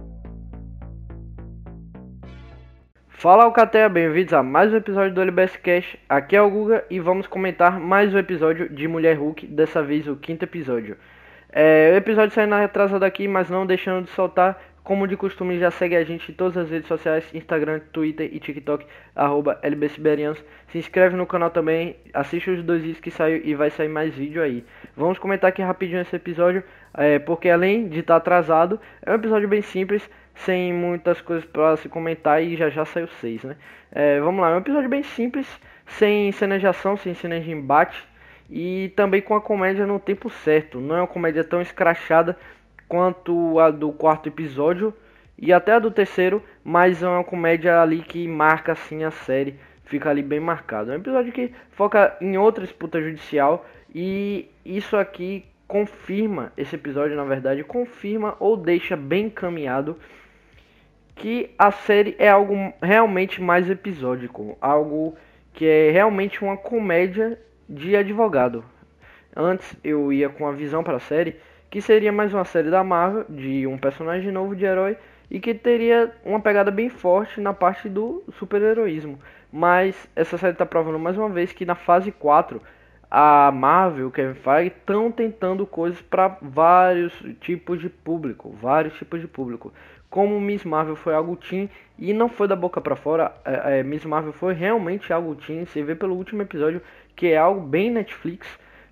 Fala Alcateia, bem-vindos a mais um episódio do LBS Cash. Aqui é o Guga e vamos comentar mais um episódio de Mulher Hulk, dessa vez o quinto episódio. O episódio saindo atrasado aqui, mas não deixando de soltar. Como de costume, já segue a gente em todas as redes sociais, Instagram, Twitter e TikTok, @LBSiberianos. Se inscreve no canal também, assiste os 2 vídeos que saiu e vai sair mais vídeo aí. Vamos comentar aqui rapidinho esse episódio, porque além de estar atrasado, é um episódio bem simples, sem muitas coisas para se comentar e já saiu 6, né? Vamos lá, é um episódio bem simples, sem cenas de ação, sem cenas de embate e também com a comédia no tempo certo. Não é uma comédia tão escrachada quanto a do quarto episódio e até a do terceiro, mas é uma comédia ali que marca assim a série, fica ali bem marcado. É um episódio que foca em outra disputa judicial e isso aqui confirma, esse episódio na verdade confirma ou deixa bem encaminhado que a série é algo realmente mais episódico, algo que é realmente uma comédia de advogado. Antes eu ia com a visão para a série que seria mais uma série da Marvel, de um personagem novo de herói, e que teria uma pegada bem forte na parte do super-heroísmo. Mas essa série está provando mais uma vez que na fase 4, a Marvel, o Kevin Feige, estão tentando coisas para vários tipos de público, Como Miss Marvel foi algo teen e não foi da boca para fora, Miss Marvel foi realmente algo teen, você vê pelo último episódio que é algo bem Netflix.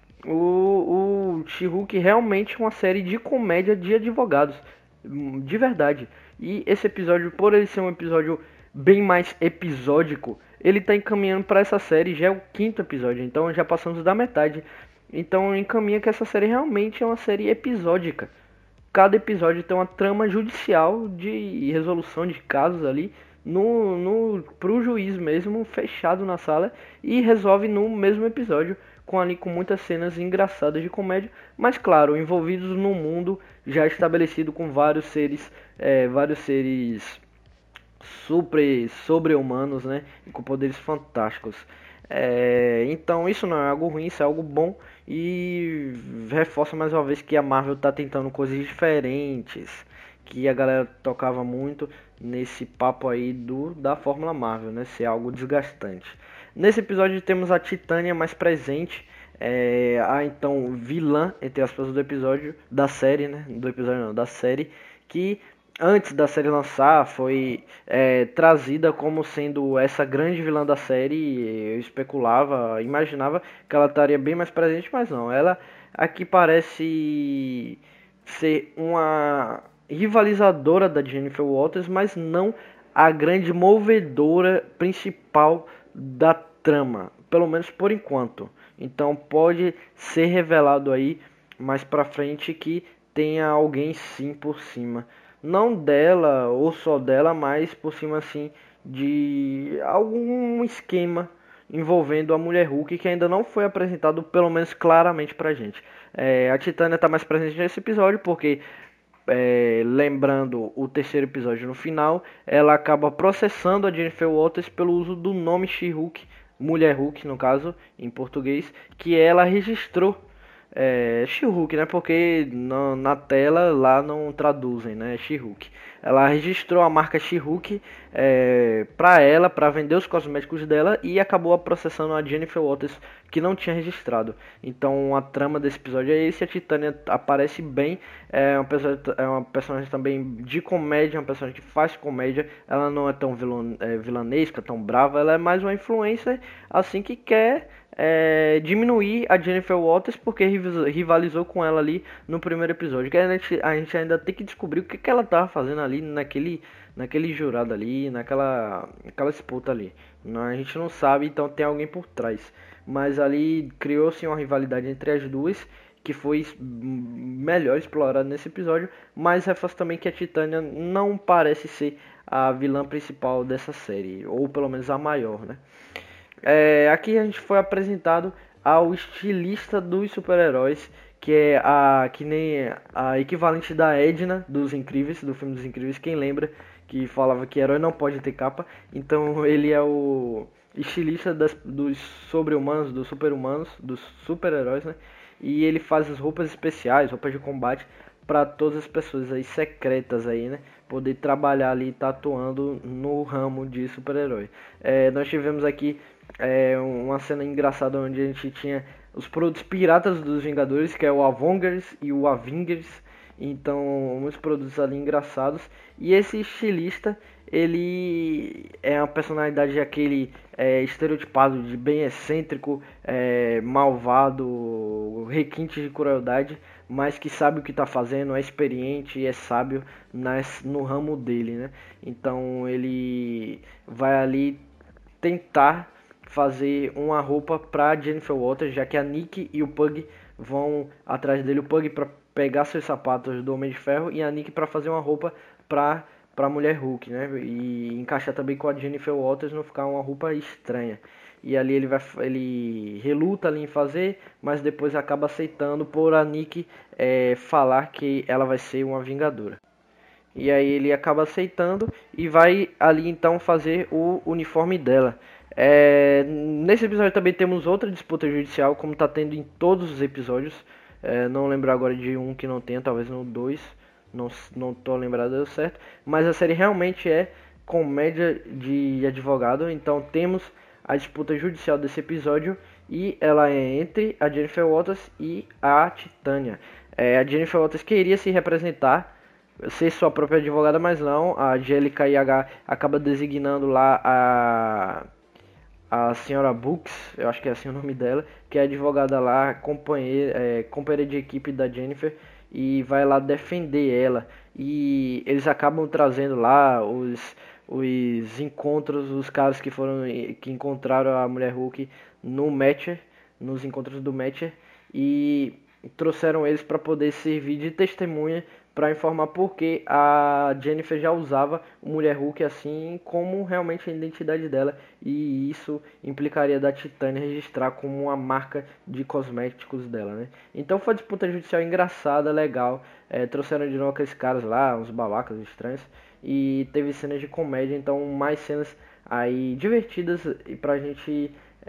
O She-Hulk realmente é uma série de comédia de advogados, de verdade. E esse episódio, por ele ser um episódio bem mais episódico, ele está encaminhando para essa série, já é o quinto episódio, então já passamos da metade. Então encaminha que essa série realmente é uma série episódica. Cada episódio tem uma trama judicial de resolução de casos ali pro juiz mesmo, fechado na sala, e resolve no mesmo episódio com muitas cenas engraçadas de comédia, mas claro, envolvidos num mundo já estabelecido com vários seres sobre-humanos, né, e com poderes fantásticos. Então isso não é algo ruim, isso é algo bom e reforça mais uma vez que a Marvel está tentando coisas diferentes, que a galera tocava muito nesse papo aí da Fórmula Marvel, né, ser algo desgastante. Nesse episódio temos a Titânia mais presente, a então vilã, entre aspas, do episódio, da série, né, do episódio não, da série, que antes da série lançar foi trazida como sendo essa grande vilã da série. Eu especulava, imaginava que ela estaria bem mais presente, mas não, ela aqui parece ser uma rivalizadora da Jennifer Walters, mas não a grande movedora principal da trama, pelo menos por enquanto. Então pode ser revelado aí mais pra frente que tenha alguém sim por cima, não dela ou só dela, mas por cima assim de algum esquema envolvendo a Mulher Hulk que ainda não foi apresentado, pelo menos claramente pra gente. A Titânia tá mais presente nesse episódio porque lembrando o terceiro episódio no final, ela acaba processando a Jennifer Walters pelo uso do nome She-Hulk, Mulher Hulk no caso, em português, que ela registrou She-Hulk, né? Porque na tela lá não traduzem, né? She-Hulk. Ela registrou a marca She-Hulk para vender os cosméticos dela e acabou processando a Jennifer Walters, que não tinha registrado. Então a trama desse episódio é esse. A Titânia aparece bem, é uma personagem também de comédia, uma personagem que faz comédia. Ela não é tão vilanesca, tão brava. Ela é mais uma influencer assim que quer diminuir a Jennifer Walters porque rivalizou com ela ali no primeiro episódio. Que a gente ainda tem que descobrir o que ela tava fazendo ali naquele jurado ali, naquela disputa ali. A gente não sabe, então tem alguém por trás. Mas ali criou-se uma rivalidade entre as duas que foi melhor explorada nesse episódio. Mas reforça também que a Titânia não parece ser a vilã principal dessa série, ou pelo menos a maior, né? Aqui a gente foi apresentado ao estilista dos super-heróis, que é que nem a equivalente da Edna dos Incríveis, do filme dos Incríveis, quem lembra, que falava que herói não pode ter capa. Então ele é o estilista dos sobre-humanos, dos super-humanos, dos super-heróis, né? E ele faz as roupas especiais, roupas de combate para todas as pessoas aí secretas aí, né? poder trabalhar ali, tá atuando no ramo de super-herói. Nós tivemos aqui uma cena engraçada onde a gente tinha os produtos piratas dos Vingadores, que é o Avengers e o Avengers. Então, muitos produtos ali engraçados. E esse estilista, ele é uma personalidade aquele estereotipado de bem excêntrico, malvado, requinte de crueldade, mas que sabe o que está fazendo, é experiente e é sábio no ramo dele, né? Então ele vai ali tentar fazer uma roupa para Jennifer Walters, já que a Nick e o Pug vão atrás dele, o Pug para pegar seus sapatos do Homem de Ferro e a Nick para fazer uma roupa para Mulher Hulk, né? E encaixar também com a Jennifer Walters, não ficar uma roupa estranha. E ali ele reluta ali em fazer, mas depois acaba aceitando por a Nick falar que ela vai ser uma Vingadora. E aí ele acaba aceitando e vai ali então fazer o uniforme dela. Nesse episódio também temos outra disputa judicial, como está tendo em todos os episódios. Não lembro agora de um que não tenha, talvez no 2. Não tô lembrado deu certo. Mas a série realmente é comédia de advogado. Então temos a disputa judicial desse episódio. E ela é entre a Jennifer Walters e a Titânia. A Jennifer Walters queria se representar, ser sua própria advogada, mas não. A Angélica IH acaba designando lá a senhora Brooks, eu acho que é assim o nome dela, que é advogada lá, companheira de equipe da Jennifer, e vai lá defender ela. E eles acabam trazendo lá os encontros, os caras que encontraram a Mulher Hulk no Matcher, nos encontros do Matcher, e trouxeram eles para poder servir de testemunha para informar porque a Jennifer já usava o Mulher Hulk assim como realmente a identidade dela, e isso implicaria da Titânia registrar como uma marca de cosméticos dela, né? Então foi uma disputa judicial engraçada, legal. Trouxeram de novo aqueles caras lá, uns babacas estranhos, e teve cenas de comédia, então mais cenas aí divertidas e pra gente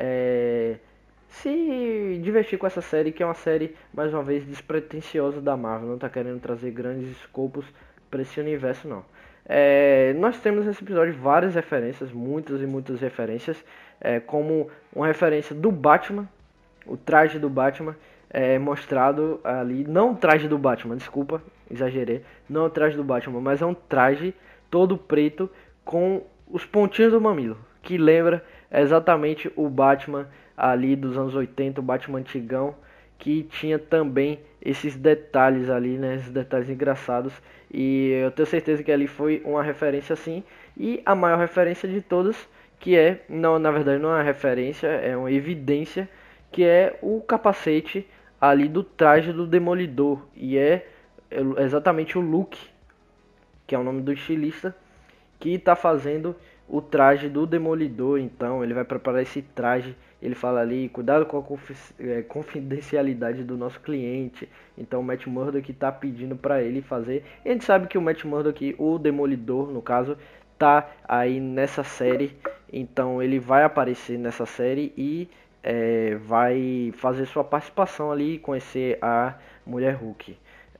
se divertir com essa série, que é uma série, mais uma vez, despretensiosa da Marvel. Não tá querendo trazer grandes escopos para esse universo, não. Nós temos nesse episódio várias referências, muitas e muitas referências, como uma referência do Batman, o traje do Batman, mostrado ali, não o traje do Batman, desculpa, exagerei, não é o traje do Batman, mas é um traje todo preto com os pontinhos do mamilo, que lembra exatamente o Batman ali dos anos 80, o Batman antigão, que tinha também esses detalhes ali, né, esses detalhes engraçados, e eu tenho certeza que ali foi uma referência assim, e a maior referência de todas, que não, na verdade não é uma referência, é uma evidência, que é o capacete ali do traje do Demolidor, e é exatamente o Luke, que é o nome do estilista, que está fazendo o traje do Demolidor. Então ele vai preparar esse traje, ele fala ali, cuidado com a confidencialidade do nosso cliente. Então o Matt Murdock está pedindo para ele fazer, e a gente sabe que o Matt Murdock, o Demolidor no caso, tá aí nessa série, então ele vai aparecer nessa série e vai fazer sua participação ali e conhecer a Mulher Hulk.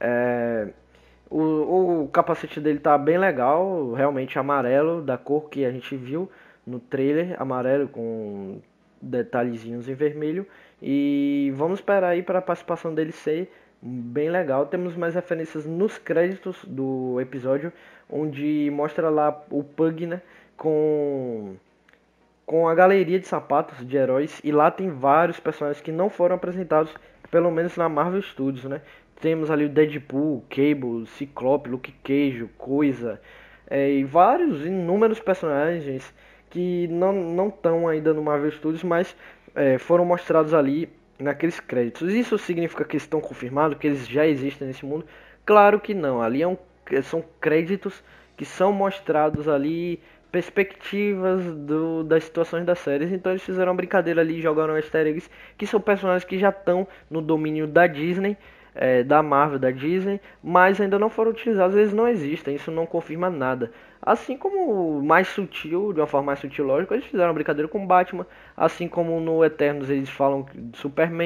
O capacete dele tá bem legal, realmente amarelo, da cor que a gente viu no trailer, amarelo com detalhezinhos em vermelho. E vamos esperar aí para a participação dele ser bem legal. Temos mais referências nos créditos do episódio, onde mostra lá o Pug, né, com a galeria de sapatos de heróis, e lá tem vários personagens que não foram apresentados, pelo menos na Marvel Studios, né? Temos ali o Deadpool, Cable, Ciclope, Luke Cage, Coisa, e vários, inúmeros personagens que não estão ainda no Marvel Studios, mas foram mostrados ali naqueles créditos. Isso significa que eles estão confirmados, que eles já existem nesse mundo? Claro que não, ali são créditos que são mostrados ali, perspectivas das situações das séries. Então eles fizeram uma brincadeira ali, jogaram easter eggs, que são personagens que já estão no domínio da Disney, da Marvel, da Disney, mas ainda não foram utilizados, eles não existem, isso não confirma nada. Assim como mais sutil, de uma forma mais sutil, lógico, eles fizeram uma brincadeira com Batman, assim como no Eternos eles falam de Superman,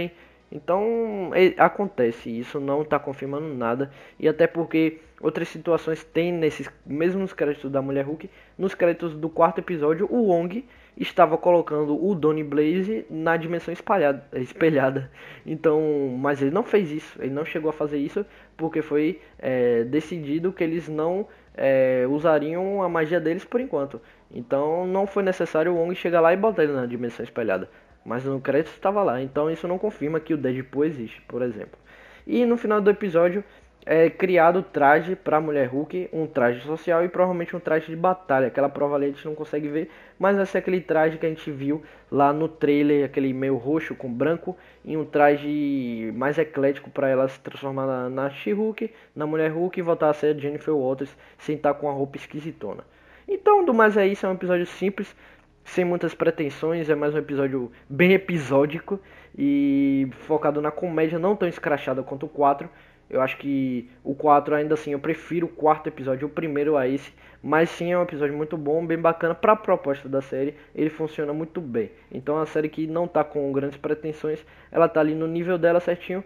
Então acontece, isso não está confirmando nada, e até porque outras situações tem nesses mesmos créditos da Mulher Hulk, nos créditos do quarto episódio, o Wong estava colocando o Donny Blaze na dimensão espelhada. Então, mas ele não fez isso, ele não chegou a fazer isso porque foi decidido que eles não usariam a magia deles por enquanto. Então não foi necessário o Wong chegar lá e botar ele na dimensão espelhada. Mas no crédito estava lá, então isso não confirma que o Deadpool existe, por exemplo. E no final do episódio é criado o traje para a Mulher Hulk, um traje social e provavelmente um traje de batalha. Aquela prova ali a gente não consegue ver, mas vai ser aquele traje que a gente viu lá no trailer, aquele meio roxo com branco, e um traje mais eclético para ela se transformar na She-Hulk, na Mulher Hulk e voltar a ser a Jennifer Walters sem estar com a roupa esquisitona. Então, do mais é isso, é um episódio simples, sem muitas pretensões, é mais um episódio bem episódico e focado na comédia, não tão escrachada quanto o 4. Eu acho que o 4 ainda assim, eu prefiro o quarto episódio, o primeiro a esse, mas sim é um episódio muito bom, bem bacana para a proposta da série, ele funciona muito bem. Então é uma série que não tá com grandes pretensões, ela tá ali no nível dela certinho.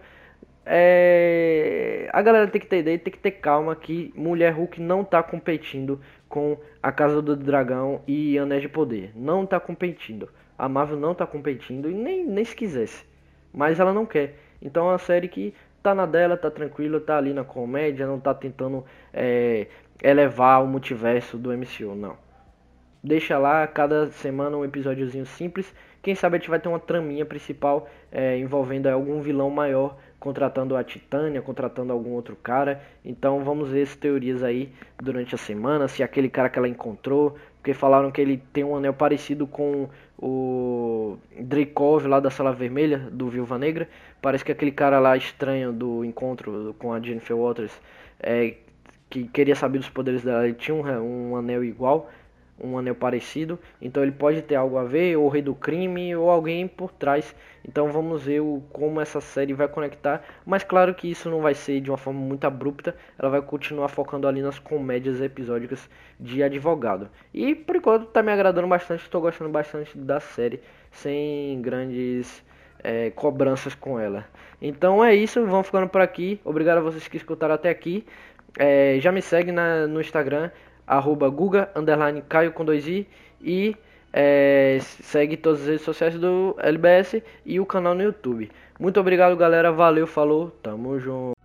A galera tem que ter ideia, tem que ter calma que Mulher Hulk não tá competindo com A Casa do Dragão e Anéis de Poder. Não tá competindo. A Marvel não tá competindo e nem se quisesse. Mas ela não quer. Então é uma série que tá na dela, tá tranquila, tá ali na comédia, não tá tentando elevar o multiverso do MCU, não. Deixa lá, cada semana um episódiozinho simples. Quem sabe a gente vai ter uma traminha principal envolvendo algum vilão maior, contratando a Titânia, contratando algum outro cara. Então vamos ver as teorias aí durante a semana, se aquele cara que ela encontrou, porque falaram que ele tem um anel parecido com o Dreykov lá da Sala Vermelha, do Viúva Negra. Parece que aquele cara lá estranho do encontro com a Jennifer Walters, que queria saber dos poderes dela, ele tinha um anel igual, um anel parecido, então ele pode ter algo a ver, ou o rei do crime, ou alguém por trás. Então vamos ver como essa série vai conectar, mas claro que isso não vai ser de uma forma muito abrupta, ela vai continuar focando ali nas comédias episódicas de advogado. E por enquanto tá me agradando bastante, estou gostando bastante da série, sem grandes cobranças com ela. Então é isso, vamos ficando por aqui, obrigado a vocês que escutaram até aqui. Já me segue no Instagram, @guga_caio com 2i e segue todas as redes sociais do LBS e o canal no YouTube. Muito obrigado, galera, valeu, falou, tamo junto.